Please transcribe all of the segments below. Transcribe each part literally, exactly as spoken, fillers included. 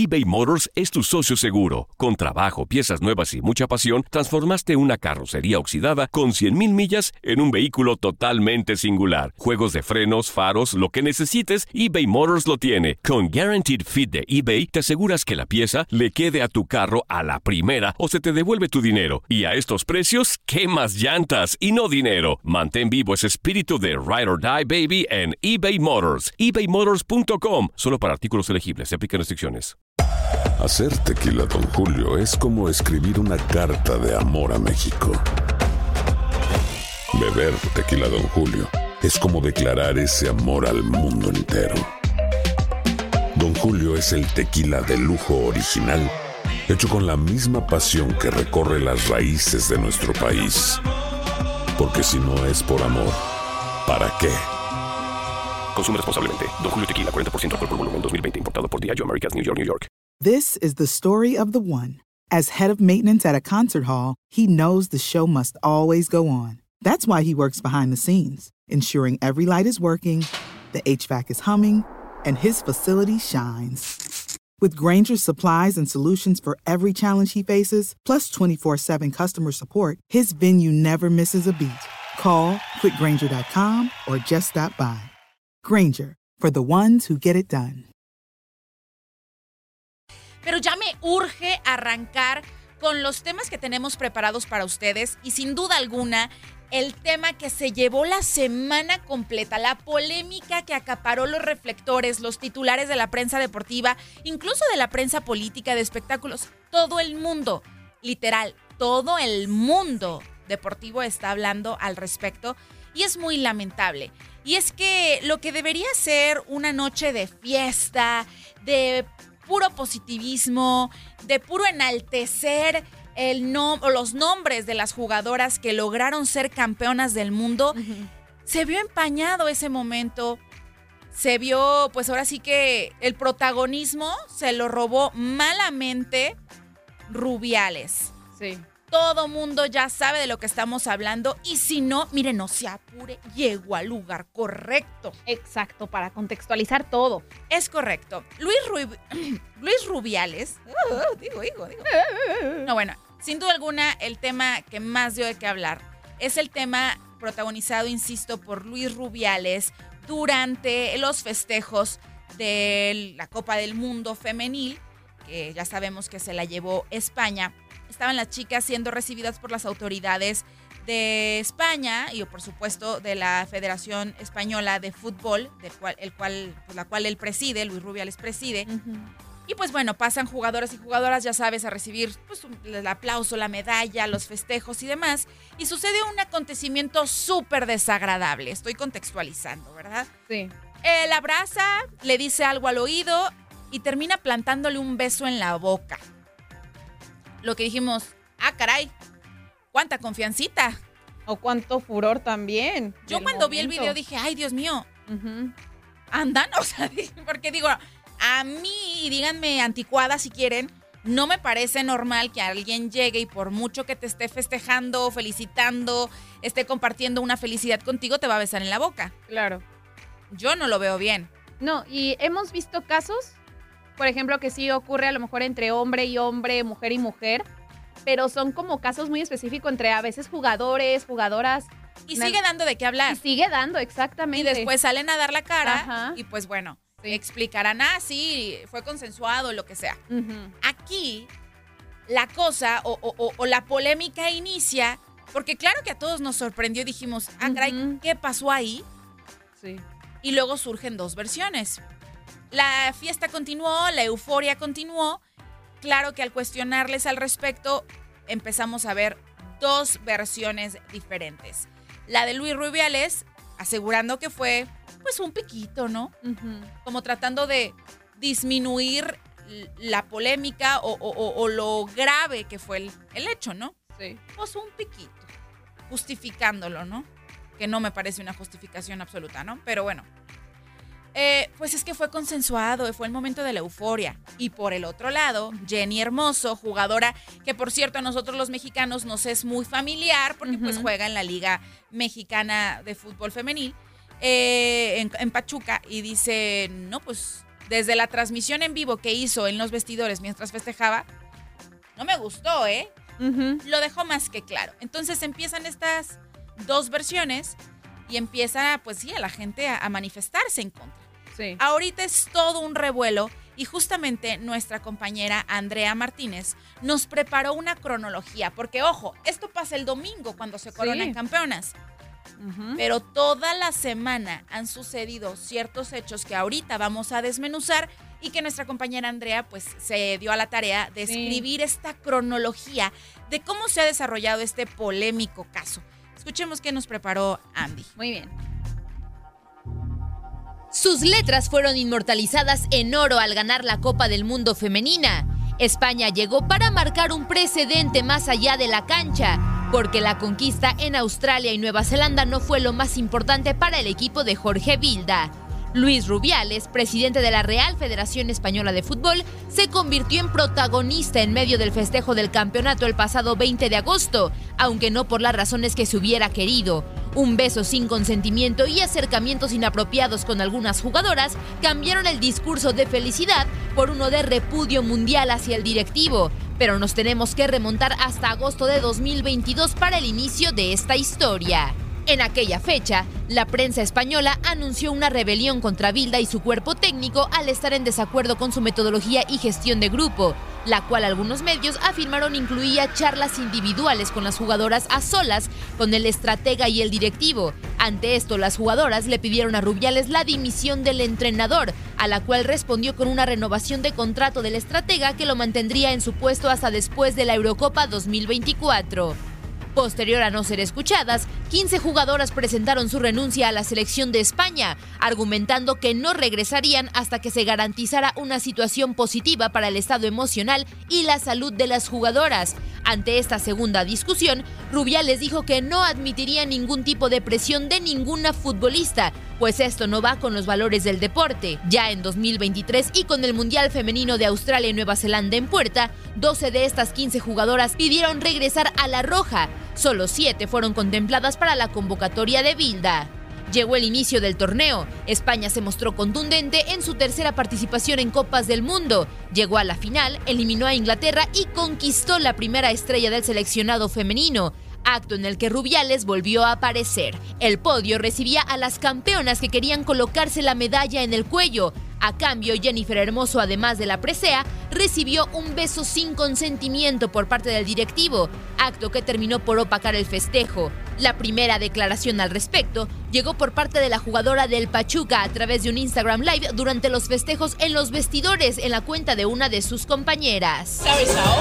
eBay Motors es tu socio seguro. Con trabajo, piezas nuevas y mucha pasión, transformaste una carrocería oxidada con cien mil millas en un vehículo totalmente singular. Juegos de frenos, faros, lo que necesites, eBay Motors lo tiene. Con Guaranteed Fit de eBay, te aseguras que la pieza le quede a tu carro a la primera o se te devuelve tu dinero. Y a estos precios, ¿qué más llantas y no dinero? Mantén vivo ese espíritu de Ride or Die, baby, en eBay Motors. ebay motors punto com. Solo para artículos elegibles. Se aplican restricciones. Hacer tequila, Don Julio, es como escribir una carta de amor a México. Beber tequila, Don Julio, es como declarar ese amor al mundo entero. Don Julio es el tequila de lujo original, hecho con la misma pasión que recorre las raíces de nuestro país. Porque si no es por amor, ¿para qué? Consume responsablemente. Don Julio Tequila, cuarenta por ciento alcohol por volumen, dos mil veinte. Importado por Diageo Americas, New York, New York. This is the story of the one. As head of maintenance at a concert hall, he knows the show must always go on. That's why he works behind the scenes, ensuring every light is working, the H V A C is humming, and his facility shines. With Grainger's supplies and solutions for every challenge he faces, plus twenty-four seven customer support, his venue never misses a beat. Call quick grainger dot com or just stop by. Grainger, for the ones who get it done. Pero ya me urge arrancar con los temas que tenemos preparados para ustedes y sin duda alguna el tema que se llevó la semana completa, la polémica que acaparó los reflectores, los titulares de la prensa deportiva, incluso de la prensa política, de espectáculos. Todo el mundo, literal, todo el mundo deportivo está hablando al respecto y es muy lamentable. Y es que lo que debería ser una noche de fiesta, de puro positivismo, de puro enaltecer el no, o los nombres de las jugadoras que lograron ser campeonas del mundo, uh-huh. Se vio empañado ese momento. Se vio, pues ahora sí que el protagonismo se lo robó malamente Rubiales. Sí. Todo mundo ya sabe de lo que estamos hablando y si no, mire, no se apure, llegó al lugar correcto. Exacto, para contextualizar todo. Es correcto. Luis, Rub... Luis Rubiales, uh, digo, digo, digo. No, bueno, sin duda alguna, el tema que más dio de qué hablar es el tema protagonizado, insisto, por Luis Rubiales durante los festejos de la Copa del Mundo Femenil, que ya sabemos que se la llevó España. Estaban las chicas siendo recibidas por las autoridades de España y por supuesto de la Federación Española de Fútbol, de cual, el cual, pues, la cual él preside, Luis Rubiales preside. Uh-huh. Y pues bueno, pasan jugadores y jugadoras, ya sabes, a recibir pues, el aplauso, la medalla, los festejos y demás. Y sucede un acontecimiento súper desagradable. Estoy contextualizando, ¿verdad? Sí. Él abraza, le dice algo al oído y termina plantándole un beso en la boca. Lo que dijimos, ah, caray, cuánta confiancita. O cuánto furor también. Yo cuando momento. vi el video dije, ay, Dios mío, uh-huh. ¿Andan? O sea, porque digo, a mí, y díganme anticuada si quieren, no me parece normal que alguien llegue y por mucho que te esté festejando, felicitando, esté compartiendo una felicidad contigo, te va a besar en la boca. Claro. Yo no lo veo bien. No, y hemos visto casos, por ejemplo, que sí ocurre a lo mejor entre hombre y hombre, mujer y mujer, pero son como casos muy específicos entre a veces jugadores, jugadoras. Y na- sigue dando de qué hablar. Y sigue dando, exactamente. Y después salen a dar la cara. Ajá. Y pues bueno, sí. explicarán, ah, sí, fue consensuado, lo que sea. Uh-huh. Aquí la cosa o, o, o la polémica inicia, porque claro que a todos nos sorprendió y dijimos, ah, caray, uh-huh. ¿qué pasó ahí? Sí. Y luego surgen dos versiones. La fiesta continuó, la euforia continuó. Claro que al cuestionarles al respecto, empezamos a ver dos versiones diferentes. La de Luis Rubiales, asegurando que fue, pues, un piquito, ¿no? Uh-huh. Como tratando de disminuir la polémica o, o, o lo grave que fue el, el hecho, ¿no? Sí. Pues un piquito, justificándolo, ¿no? Que no me parece una justificación absoluta, ¿no? Pero bueno. Eh, pues es que fue consensuado, fue el momento de la euforia. Y por el otro lado, Jenny Hermoso, jugadora que por cierto a nosotros los mexicanos nos es muy familiar porque uh-huh. pues juega en la Liga Mexicana de Fútbol Femenil eh, en, en Pachuca y dice, no, pues desde la transmisión en vivo que hizo en los vestidores mientras festejaba, no me gustó, ¿eh? Uh-huh. Lo dejó más que claro. Entonces empiezan estas dos versiones y empieza, pues sí, a la gente a, a manifestarse en contra. Sí. Ahorita es todo un revuelo y justamente nuestra compañera Andrea Martínez nos preparó una cronología, porque ojo, esto pasa el domingo cuando se coronan sí. campeonas. Uh-huh. Pero toda la semana han sucedido ciertos hechos que ahorita vamos a desmenuzar y que nuestra compañera Andrea pues se dio a la tarea de sí. escribir esta cronología de cómo se ha desarrollado este polémico caso. Escuchemos qué nos preparó Andy. Muy bien. Sus letras fueron inmortalizadas en oro al ganar la Copa del Mundo femenina. España llegó para marcar un precedente más allá de la cancha, porque la conquista en Australia y Nueva Zelanda no fue lo más importante para el equipo de Jorge Vilda. Luis Rubiales, presidente de la Real Federación Española de Fútbol, se convirtió en protagonista en medio del festejo del campeonato el pasado veinte de agosto, aunque no por las razones que se hubiera querido. Un beso sin consentimiento y acercamientos inapropiados con algunas jugadoras cambiaron el discurso de felicidad por uno de repudio mundial hacia el directivo. Pero nos tenemos que remontar hasta agosto de dos mil veintidós para el inicio de esta historia. En aquella fecha, la prensa española anunció una rebelión contra Vilda y su cuerpo técnico al estar en desacuerdo con su metodología y gestión de grupo, la cual algunos medios afirmaron incluía charlas individuales con las jugadoras a solas, con el estratega y el directivo. Ante esto, las jugadoras le pidieron a Rubiales la dimisión del entrenador, a la cual respondió con una renovación de contrato del estratega que lo mantendría en su puesto hasta después de la Eurocopa dos mil veinticuatro. Posterior a no ser escuchadas, quince jugadoras presentaron su renuncia a la selección de España, argumentando que no regresarían hasta que se garantizara una situación positiva para el estado emocional y la salud de las jugadoras. Ante esta segunda discusión, Rubiales dijo que no admitiría ningún tipo de presión de ninguna futbolista, pues esto no va con los valores del deporte. Ya en dos mil veintitrés y con el Mundial Femenino de Australia y Nueva Zelanda en puerta, doce de estas quince jugadoras pidieron regresar a la roja. Solo siete fueron contempladas para la convocatoria de Vilda. Llegó el inicio del torneo. España se mostró contundente en su tercera participación en Copas del Mundo. Llegó a la final, eliminó a Inglaterra y conquistó la primera estrella del seleccionado femenino, acto en el que Rubiales volvió a aparecer. El podio recibía a las campeonas que querían colocarse la medalla en el cuello. A cambio, Jennifer Hermoso, además de la presea, recibió un beso sin consentimiento por parte del directivo, acto que terminó por opacar el festejo. La primera declaración al respecto llegó por parte de la jugadora del Pachuca a través de un Instagram Live durante los festejos en los vestidores en la cuenta de una de sus compañeras. ¿Te ha besado?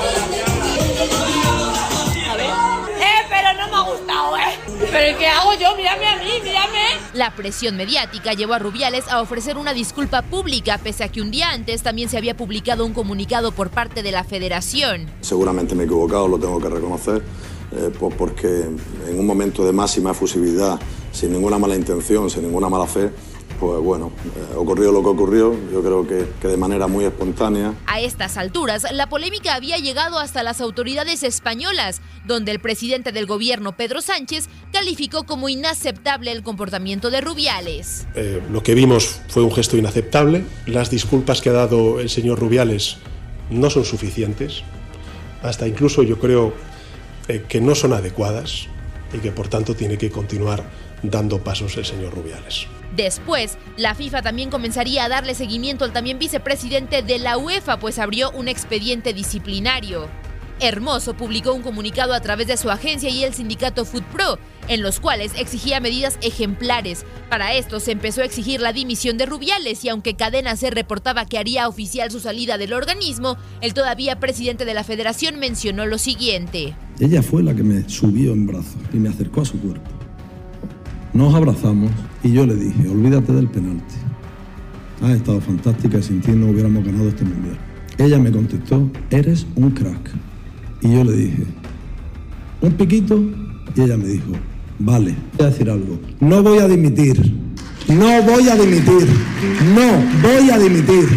A ver. Eh, pero no me ha gustado, ¿eh? ¿Pero qué hago yo? Mírame a mí, mírame. La presión mediática llevó a Rubiales a ofrecer una disculpa pública, pese a que un día antes también se había publicado un comunicado por parte de la federación. Seguramente me he equivocado, lo tengo que reconocer, eh, pues porque en un momento de máxima efusividad, sin ninguna mala intención, sin ninguna mala fe, pues bueno, eh, ocurrió lo que ocurrió, yo creo que, que de manera muy espontánea. A estas alturas, la polémica había llegado hasta las autoridades españolas, donde el presidente del gobierno, Pedro Sánchez, calificó como inaceptable el comportamiento de Rubiales. Eh, lo que vimos fue un gesto inaceptable. Las disculpas que ha dado el señor Rubiales no son suficientes, hasta incluso yo creo eh, que no son adecuadas y que por tanto tiene que continuar dando pasos el señor Rubiales. Después, la FIFA también comenzaría a darle seguimiento al también vicepresidente de la UEFA, pues abrió un expediente disciplinario. Hermoso publicó un comunicado a través de su agencia y el sindicato FUTPRO, en los cuales exigía medidas ejemplares. Para esto se empezó a exigir la dimisión de Rubiales y aunque Cadena Ser reportaba que haría oficial su salida del organismo, el todavía presidente de la federación mencionó lo siguiente. Ella fue la que me subió en brazos y me acercó a su cuerpo. Nos abrazamos y yo le dije, olvídate del penalti. Has estado fantástica y sin ti no hubiéramos ganado este mundial. Ella me contestó, eres un crack. Y yo le dije, un piquito, y ella me dijo, vale, voy a decir algo, no voy a dimitir, no voy a dimitir, no voy a dimitir,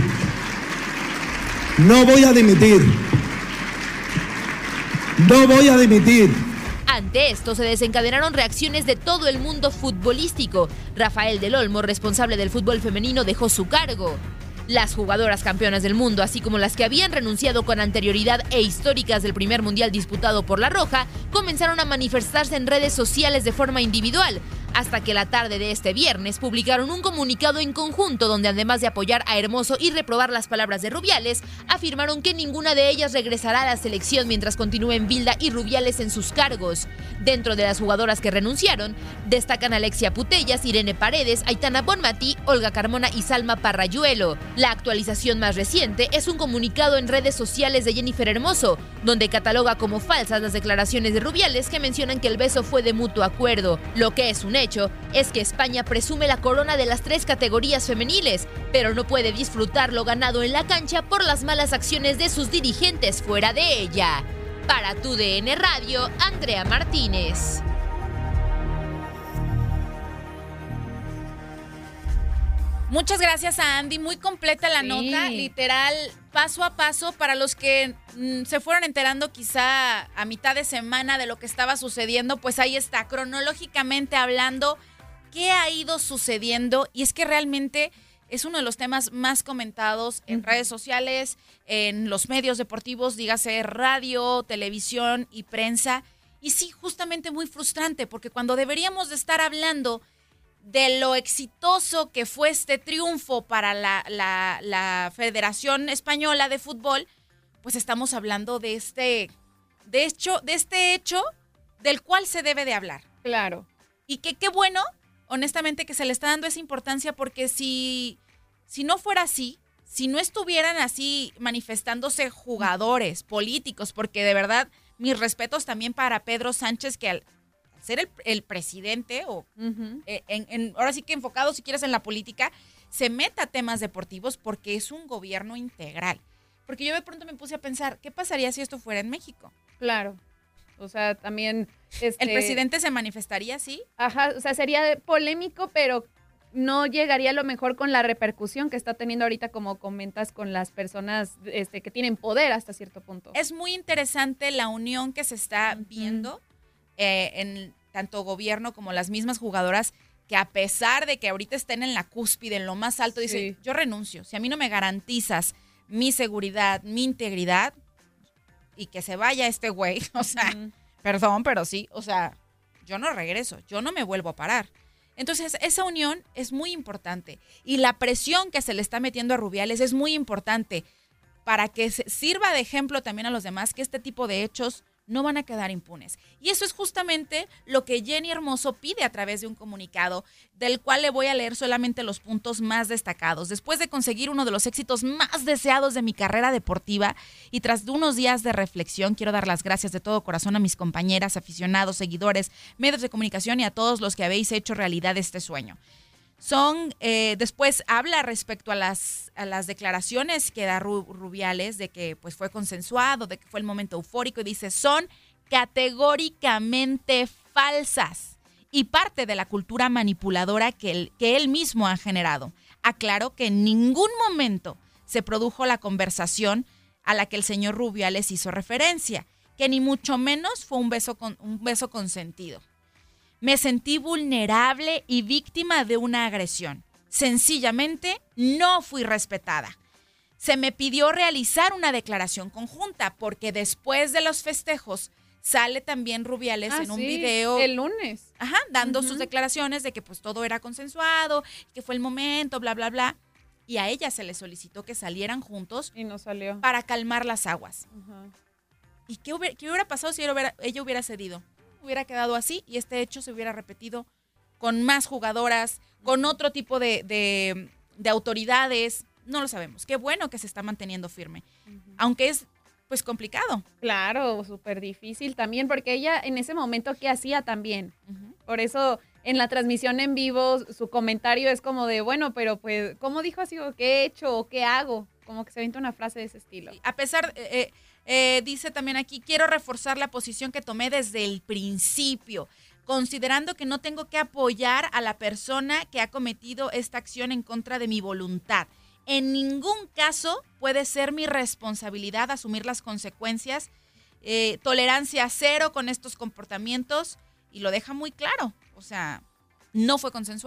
no voy a dimitir, no voy a dimitir. Ante esto se desencadenaron reacciones de todo el mundo futbolístico. Rafael del Olmo, responsable del fútbol femenino, dejó su cargo. Las jugadoras campeonas del mundo, así como las que habían renunciado con anterioridad e históricas del primer mundial disputado por La Roja, comenzaron a manifestarse en redes sociales de forma individual, hasta que la tarde de este viernes publicaron un comunicado en conjunto donde, además de apoyar a Hermoso y reprobar las palabras de Rubiales, afirmaron que ninguna de ellas regresará a la selección mientras continúen Bilda y Rubiales en sus cargos. Dentro de las jugadoras que renunciaron, destacan Alexia Putellas, Irene Paredes, Aitana Bonmatí, Olga Carmona y Salma Parrayuelo. La actualización más reciente es un comunicado en redes sociales de Jennifer Hermoso, donde cataloga como falsas las declaraciones de Rubiales que mencionan que el beso fue de mutuo acuerdo. Lo que es un hecho es que España presume la corona de las tres categorías femeniles, pero no puede disfrutar lo ganado en la cancha por las malas acciones de sus dirigentes fuera de ella. Para Tu D N Radio, Andrea Martínez. Muchas gracias a Andy, muy completa la Sí. nota, literal, paso a paso, para los que mm, se fueron enterando quizá a mitad de semana de lo que estaba sucediendo, pues ahí está, cronológicamente hablando, qué ha ido sucediendo, y es que realmente es uno de los temas más comentados en redes sociales, en los medios deportivos, dígase radio, televisión y prensa, y sí, justamente muy frustrante, porque cuando deberíamos de estar hablando de lo exitoso que fue este triunfo para la, la, la Federación Española de Fútbol, pues estamos hablando de este, de hecho, de este hecho del cual se debe de hablar. Claro. Y que qué bueno, honestamente, que se le está dando esa importancia, porque si, si no fuera así, si no estuvieran así manifestándose jugadores, políticos, porque de verdad, mis respetos también para Pedro Sánchez, que al ser el, el presidente, o Uh-huh. eh, en, en, ahora sí que enfocado, si quieres, en la política, se meta a temas deportivos porque es un gobierno integral. Porque yo de pronto me puse a pensar, ¿qué pasaría si esto fuera en México? Claro. O sea, también... Este, ¿El presidente se manifestaría así? Ajá, o sea, sería polémico, pero no llegaría a lo mejor con la repercusión que está teniendo ahorita, como comentas, con las personas este, que tienen poder hasta cierto punto. Es muy interesante la unión que se está viendo eh, en tanto gobierno como las mismas jugadoras, que a pesar de que ahorita estén en la cúspide, en lo más alto, Sí. dicen, yo renuncio. Si a mí no me garantizas mi seguridad, mi integridad, y que se vaya este güey, o sea, Ujú. perdón, pero sí, o sea, yo no regreso, yo no me vuelvo a parar. Entonces, esa unión es muy importante. Y la presión que se le está metiendo a Rubiales es muy importante para que se sirva de ejemplo también a los demás, que este tipo de hechos no van a quedar impunes. Y eso es justamente lo que Jenny Hermoso pide a través de un comunicado, del cual le voy a leer solamente los puntos más destacados. Después de conseguir uno de los éxitos más deseados de mi carrera deportiva y tras de unos días de reflexión, quiero dar las gracias de todo corazón a mis compañeras, aficionados, seguidores, medios de comunicación y a todos los que habéis hecho realidad este sueño. Son, eh, después habla respecto a las, a las declaraciones que da Ru- Rubiales de que pues fue consensuado, de que fue el momento eufórico, y dice, son categóricamente falsas y parte de la cultura manipuladora que él, que él mismo ha generado. Aclaró que en ningún momento se produjo la conversación a la que el señor Rubiales hizo referencia, que ni mucho menos fue un beso, con, un beso consentido. Me sentí vulnerable y víctima de una agresión. Sencillamente, no fui respetada. Se me pidió realizar una declaración conjunta porque después de los festejos sale también Rubiales Ah, en un sí, video. el lunes. Ajá, dando Ujú. sus declaraciones de que pues todo era consensuado, que fue el momento, bla, bla, bla. Y a ella se le solicitó que salieran juntos Y no salió. para calmar las aguas. Ajá. ¿Y qué hubiera, qué hubiera pasado si ella hubiera, ella hubiera cedido? Hubiera quedado así y este hecho se hubiera repetido con más jugadoras, con otro tipo de, de, de autoridades. No lo sabemos. Qué bueno que se está manteniendo firme. Aunque es pues complicado. Claro, súper difícil también, porque ella en ese momento, ¿qué hacía también? Ujú. Por eso en la transmisión en vivo su comentario es como de, bueno, pero pues, ¿cómo dijo así? ¿O qué he hecho? ¿O qué hago? Como que se inventa una frase de ese estilo. A pesar, eh, eh, dice también aquí, quiero reforzar la posición que tomé desde el principio, considerando que no tengo que apoyar a la persona que ha cometido esta acción en contra de mi voluntad. En ningún caso puede ser mi responsabilidad asumir las consecuencias. Eh, tolerancia cero con estos comportamientos, y lo deja muy claro. O sea, no fue consensuado,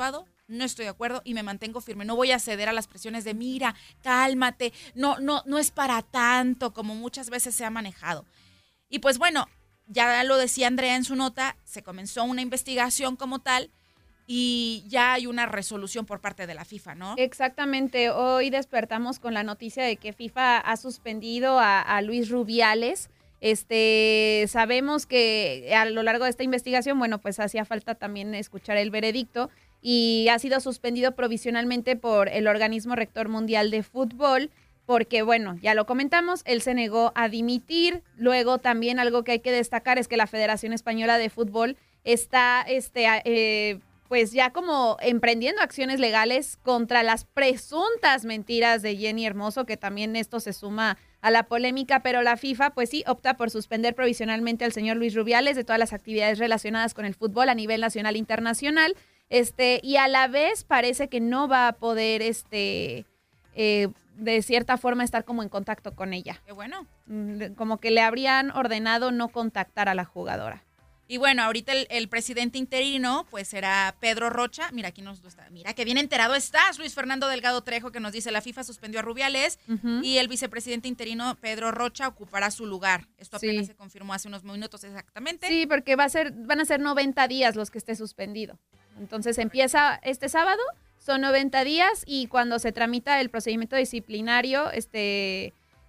no estoy de acuerdo y me mantengo firme. No voy a ceder a las presiones de, mira, cálmate, no, no, no es para tanto como muchas veces se ha manejado. Y pues bueno, ya lo decía Andrea en su nota, se comenzó una investigación como tal y ya hay una resolución por parte de la FIFA, ¿no? Exactamente. Hoy despertamos con la noticia de que FIFA ha suspendido a, a Luis Rubiales. Este, sabemos que a lo largo de esta investigación, bueno, pues hacía falta también escuchar el veredicto y ha sido suspendido provisionalmente por el organismo rector mundial de fútbol porque, bueno, ya lo comentamos, él se negó a dimitir. Luego también algo que hay que destacar es que la Federación Española de Fútbol está, este, eh, pues ya como emprendiendo acciones legales contra las presuntas mentiras de Jenny Hermoso, que también esto se suma a la polémica, pero la FIFA pues sí opta por suspender provisionalmente al señor Luis Rubiales de todas las actividades relacionadas con el fútbol a nivel nacional e internacional, este, y a la vez parece que no va a poder este eh, de cierta forma estar como en contacto con ella. Qué bueno. Como que le habrían ordenado no contactar a la jugadora. Y bueno, ahorita el, el presidente interino, pues será Pedro Rocha. Mira, aquí nos está. Mira, que bien enterado estás, Luis Fernando Delgado Trejo, que nos dice la FIFA suspendió a Rubiales uh-huh. y el vicepresidente interino, Pedro Rocha, ocupará su lugar. Esto apenas sí. se confirmó hace unos minutos exactamente. Sí, porque va a ser, van a ser noventa días los que esté suspendido. Entonces empieza este sábado, son noventa días y cuando se tramita el procedimiento disciplinario, este...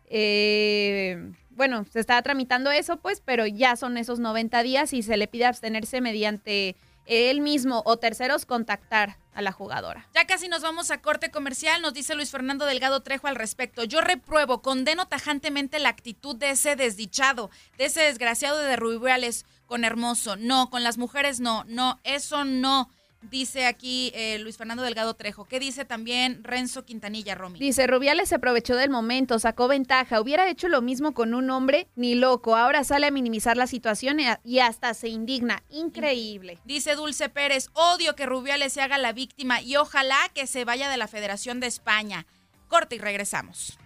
Eh, bueno, se está tramitando eso, pues, pero ya son esos noventa días y se le pide abstenerse mediante él mismo o terceros contactar a la jugadora. Ya casi nos vamos a corte comercial, nos dice Luis Fernando Delgado Trejo al respecto. Yo repruebo, condeno tajantemente la actitud de ese desdichado, de ese desgraciado de Rubiales con Hermoso. No, con las mujeres no, no, eso no. Dice aquí eh, Luis Fernando Delgado Trejo. ¿Qué dice también Renzo Quintanilla, Romy? Dice, Rubiales se aprovechó del momento, sacó ventaja. Hubiera hecho lo mismo con un hombre, ni loco. Ahora sale a minimizar la situación y hasta se indigna. Increíble. Dice Dulce Pérez, odio que Rubiales se haga la víctima y ojalá que se vaya de la Federación de España. Corte y regresamos.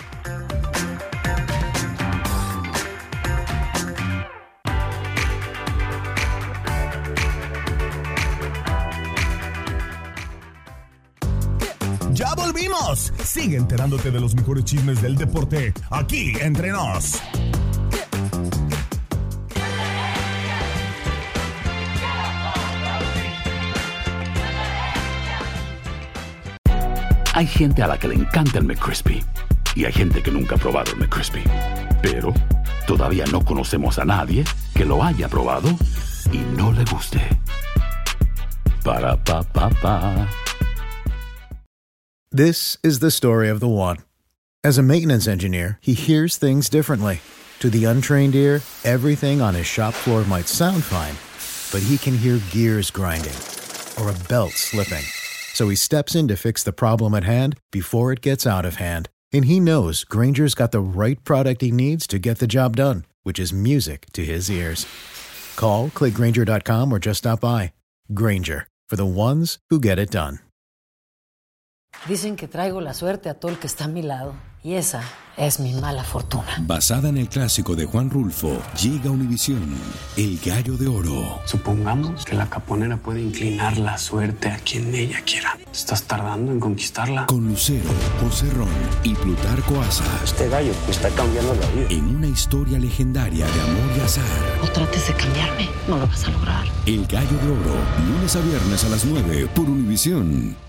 ¡Ya volvimos! Sigue enterándote de los mejores chismes del deporte, aquí entre nos. Hay gente a la que le encanta el McCrispy y hay gente que nunca ha probado el McCrispy. Pero todavía no conocemos a nadie que lo haya probado y no le guste. Para, pa, pa, pa. This is the story of the one. As a maintenance engineer, he hears things differently. To the untrained ear, everything on his shop floor might sound fine, but he can hear gears grinding or a belt slipping. So he steps in to fix the problem at hand before it gets out of hand. And he knows Grainger's got the right product he needs to get the job done, which is music to his ears. Call, click Grainger dot com or just stop by. Grainger, for the ones who get it done. Dicen que traigo la suerte a todo el que está a mi lado. Y esa es mi mala fortuna. Basada en el clásico de Juan Rulfo, llega Univisión, El Gallo de Oro. Supongamos que la caponera puede inclinar la suerte a quien ella quiera. ¿Estás tardando en conquistarla? Con Lucero, José Ron y Plutarco Asa. Este gallo me está cambiando la vida. En una historia legendaria de amor y azar. No trates de cambiarme, no lo vas a lograr. El Gallo de Oro, lunes a viernes a las nueve por Univisión.